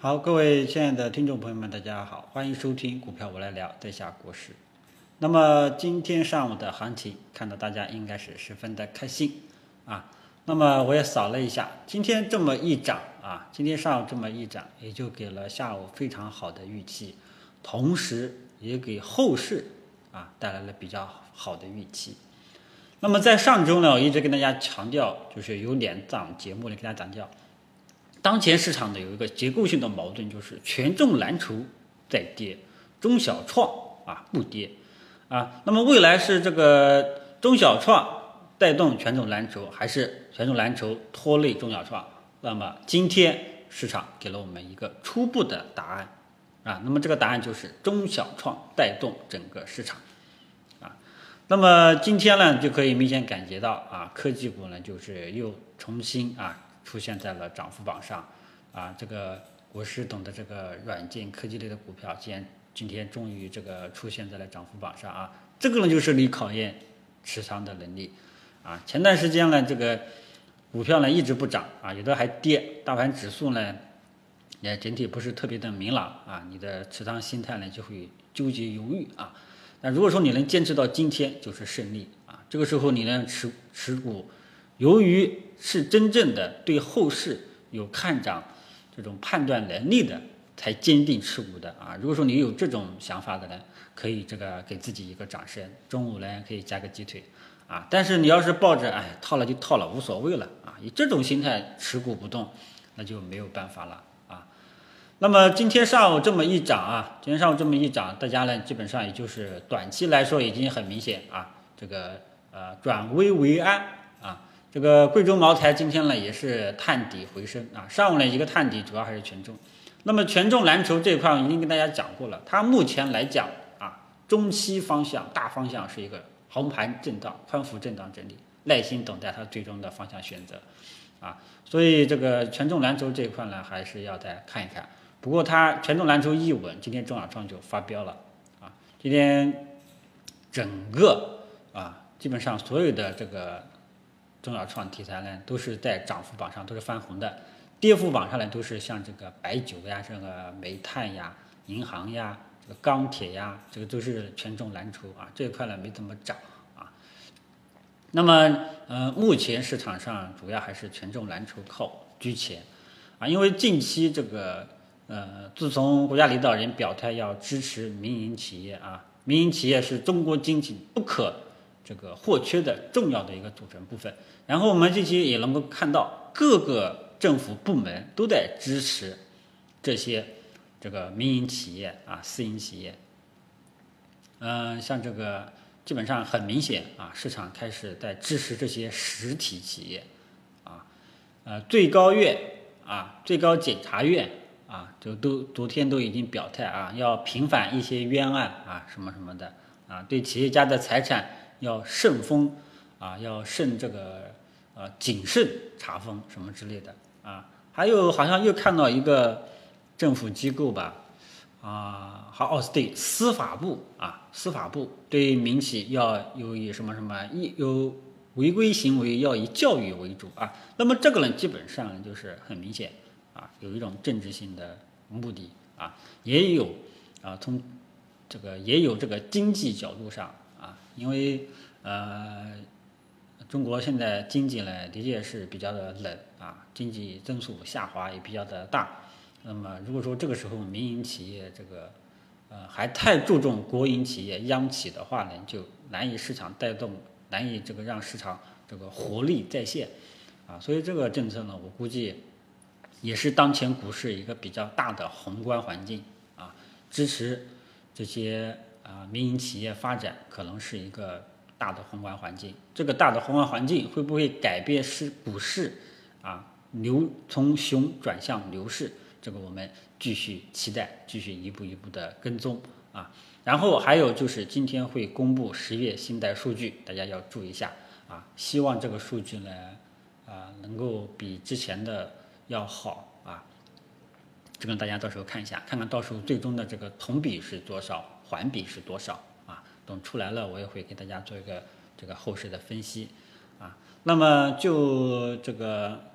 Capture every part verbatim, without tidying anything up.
好，各位亲爱的听众朋友们，大家好，欢迎收听股票我来聊，在下国师。那么今天上午的行情，看到大家应该是十分的开心啊。那么我也扫了一下，今天这么一涨啊，今天上午这么一涨，也就给了下午非常好的预期，同时也给后市啊带来了比较好的预期。那么在上周呢，我一直跟大家强调，就是有两档节目呢跟大家强调，当前市场的有一个结构性的矛盾，就是权重蓝筹在跌，中小创啊不跌啊。那么未来是这个中小创带动权重蓝筹，还是权重蓝筹拖累中小创？那么今天市场给了我们一个初步的答案啊。那么这个答案就是中小创带动整个市场啊。那么今天呢，就可以明显感觉到啊，科技股呢就是又重新啊出现在了涨幅榜上啊。这个国师懂的这个软件科技类的股票，今天今天终于这个出现在了涨幅榜上啊。这个呢就是你考验持仓的能力啊。前段时间呢，这个股票呢一直不涨啊，有的还跌，大盘指数呢也整体不是特别的明朗啊，你的持仓心态呢就会纠结犹豫啊。那如果说你能坚持到今天，就是胜利啊。这个时候你呢持持股，由于是真正的对后市有看涨这种判断能力的，才坚定持股的啊。如果说你有这种想法的呢，可以这个给自己一个掌声，中午呢可以加个鸡腿啊。但是你要是抱着哎套了就套了无所谓了啊，以这种心态持股不动，那就没有办法了啊。那么今天上午这么一涨啊，今天上午这么一涨，大家呢基本上也就是短期来说已经很明显啊，这个呃转危为安啊。这个贵州茅台今天呢也是探底回升啊，上午呢一个探底，主要还是权重。那么权重蓝筹这块已经跟大家讲过了，它目前来讲啊，中期方向大方向是一个横盘震荡、宽幅震荡整理，耐心等待它最终的方向选择啊。所以这个权重蓝筹这一块呢，还是要再看一看。不过它权重蓝筹一稳，今天中小创就发飙了啊！今天整个啊，基本上所有的这个中小创题材呢，都是在涨幅榜上都是翻红的，跌幅榜上呢都是像这个白酒呀、这个煤炭呀、银行呀、这个钢铁呀，这个都是权重蓝筹啊，这一块呢没怎么涨啊。那么呃，目前市场上主要还是权重蓝筹靠居前啊，因为近期这个。呃，自从国家领导人表态要支持民营企业啊，民营企业是中国经济不可这个或缺的重要的一个组成部分。然后我们近期也能够看到各个政府部门都在支持这些这个民营企业啊、私营企业。嗯、呃，像这个基本上很明显啊，市场开始在支持这些实体企业啊，呃，最高院啊，最高检察院。啊，就都昨天都已经表态啊，要平反一些冤案啊，什么什么的啊，对企业家的财产要慎封啊，要慎这个呃谨慎查封什么之类的啊。还有好像又看到一个政府机构吧，啊，好哦，对，司法部啊，司法部对民企要有以什么什么一有违规行为要以教育为主啊。那么这个呢，基本上就是很明显。啊，有一种政治性的目的啊，也有啊，从这个也有这个经济角度上啊，因为呃，中国现在经济呢的确是比较的冷啊，经济增速下滑也比较的大。那么如果说这个时候民营企业这个呃还太注重国营企业央企的话呢，就难以市场带动，难以这个让市场这个活力再现啊。所以这个政策呢，我估计。也是当前股市一个比较大的宏观环境啊，支持这些啊民营企业发展，可能是一个大的宏观环境。这个大的宏观环境会不会改变市股市啊牛从熊转向牛市？这个我们继续期待，继续一步一步的跟踪啊。然后还有就是今天会公布十月信贷数据，大家要注意一下啊。希望这个数据呢啊能够比之前的。要好啊，这个大家到时候看一下，看看到时候最终的这个同比是多少，环比是多少啊？等出来了，我也会给大家做一个这个后市的分析啊。那么就这个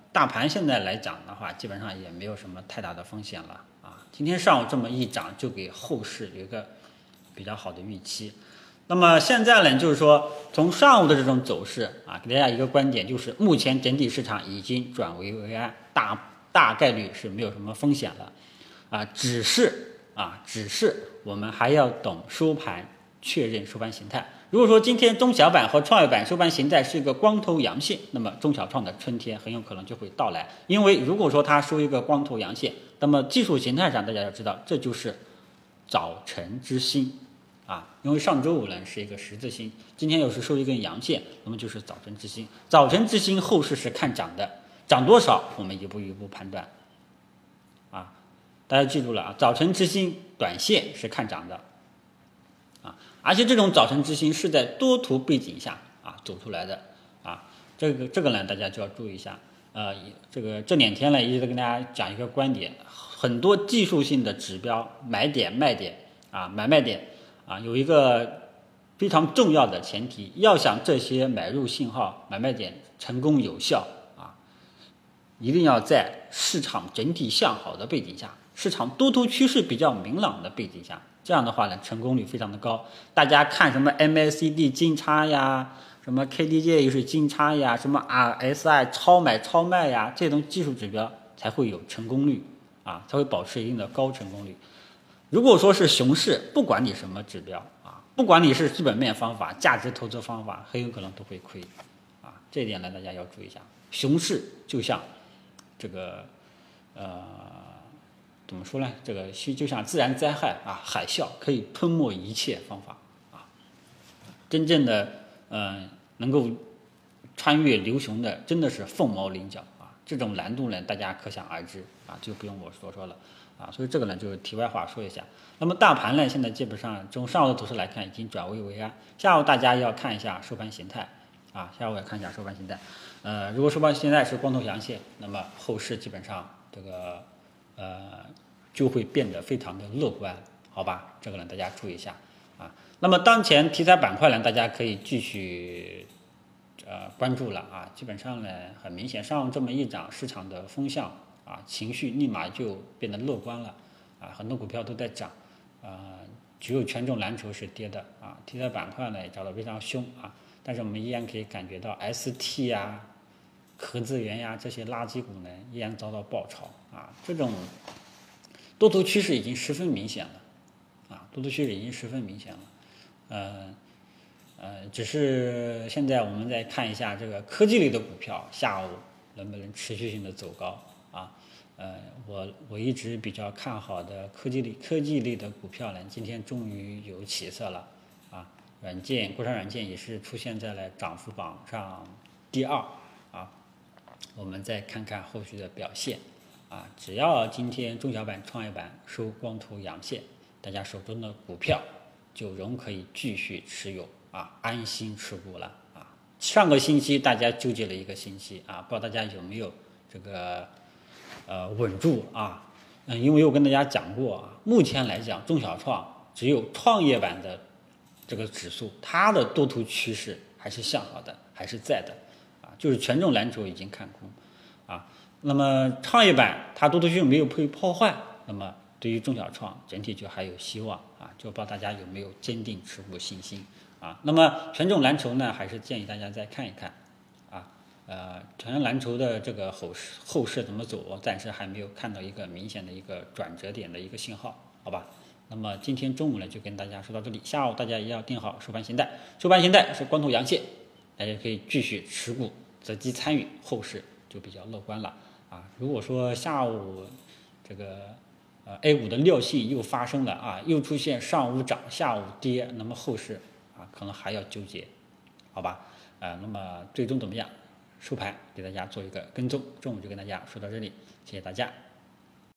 大盘现在来讲的话，基本上也没有什么太大的风险了啊。今天上午这么一涨，就给后市有一个比较好的预期。那么现在呢，就是说从上午的这种走势啊，给大家一个观点，就是目前整体市场已经转危为安，大大概率是没有什么风险了啊，只是啊，只是我们还要等收盘确认收盘形态。如果说今天中小板和创业板收盘形态是一个光头阳线，那么中小创的春天很有可能就会到来。因为如果说它收一个光头阳线，那么技术形态上大家要知道，这就是早晨之星啊。因为上周五呢是一个十字星，今天又是收一根阳线，那么就是早晨之星。早晨之星后市是看涨的，涨多少我们一步一步判断啊。大家记住了啊，早晨之星短线是看涨的。而且这种早晨之星是在多头背景下啊走出来的啊，这个这个呢大家就要注意一下。呃，这个这两天呢一直在跟大家讲一个观点，很多技术性的指标买点卖点啊买卖点啊有一个非常重要的前提，要想这些买入信号买卖点成功有效啊，一定要在市场整体向好的背景下，市场多头趋势比较明朗的背景下。这样的话呢，成功率非常的高。大家看什么 M A C D 金叉呀，什么 K D J 又是金叉呀，什么 R S I 超买超卖呀，这种技术指标才会有成功率啊，才会保持一定的高成功率。如果说是熊市，不管你什么指标啊，不管你是基本面方法、价值投资方法，很有可能都会亏啊。这一点呢，大家要注意一下。熊市就像这个呃。怎么说呢？这个就像自然灾害啊，海啸可以吞没一切方法啊。真正的嗯、呃，能够穿越流熊的，真的是凤毛麟角啊。这种难度呢，大家可想而知啊，就不用我多说了啊。所以这个呢，就是题外话说一下。那么大盘呢，现在基本上从上午的走势来看，已经转危为安。下午大家要看一下收盘形态啊，下午要看一下收盘形态。呃，如果收盘形态是光头阳线，那么后市基本上这个。呃，就会变得非常的乐观，好吧？这个呢，大家注意一下啊。那么当前题材板块呢，大家可以继续呃关注了啊。基本上呢，很明显，上午这么一涨，市场的风向啊，情绪立马就变得乐观了啊，很多股票都在涨啊，只有权重蓝筹是跌的啊。题材板块呢也涨得非常凶啊，但是我们依然可以感觉到 S T 呀、壳资源呀这些垃圾股呢，依然遭到爆炒。啊，这种多头趋势已经十分明显了，啊，多头趋势已经十分明显了，呃，呃，只是现在我们再看一下这个科技类的股票下午能不能持续性的走高啊？呃，我我一直比较看好的科技类科技类的股票呢，今天终于有起色了啊，软件国产软件也是出现在了涨幅榜上第二啊，我们再看看后续的表现。啊，只要今天中小板、创业板收光头阳线，大家手中的股票就仍可以继续持有啊，安心持股了啊。上个星期大家纠结了一个星期啊，不知道大家有没有这个呃稳住啊？嗯，因为我跟大家讲过啊，目前来讲，中小创只有创业板的这个指数，它的多头趋势还是向好的，还是在的啊，就是权重蓝筹已经看空啊。那么创业板它多头趋势没有被破坏，那么对于中小创整体就还有希望啊，就不知道大家有没有坚定持股信心啊？那么权重蓝筹呢，还是建议大家再看一看啊。呃，权重蓝筹的这个后市后市怎么走，我暂时还没有看到一个明显的一个转折点的一个信号，好吧？那么今天中午呢，就跟大家说到这里，下午大家也要定好收盘形态，收盘形态是光头阳线，大家可以继续持股择机参与，后市就比较乐观了。啊，如果说下午这个呃 A 股的尿性又发生了啊，又出现上午涨下午跌，那么后市啊可能还要纠结，好吧？啊，那么最终怎么样？收盘给大家做一个跟踪，中午就跟大家说到这里，谢谢大家。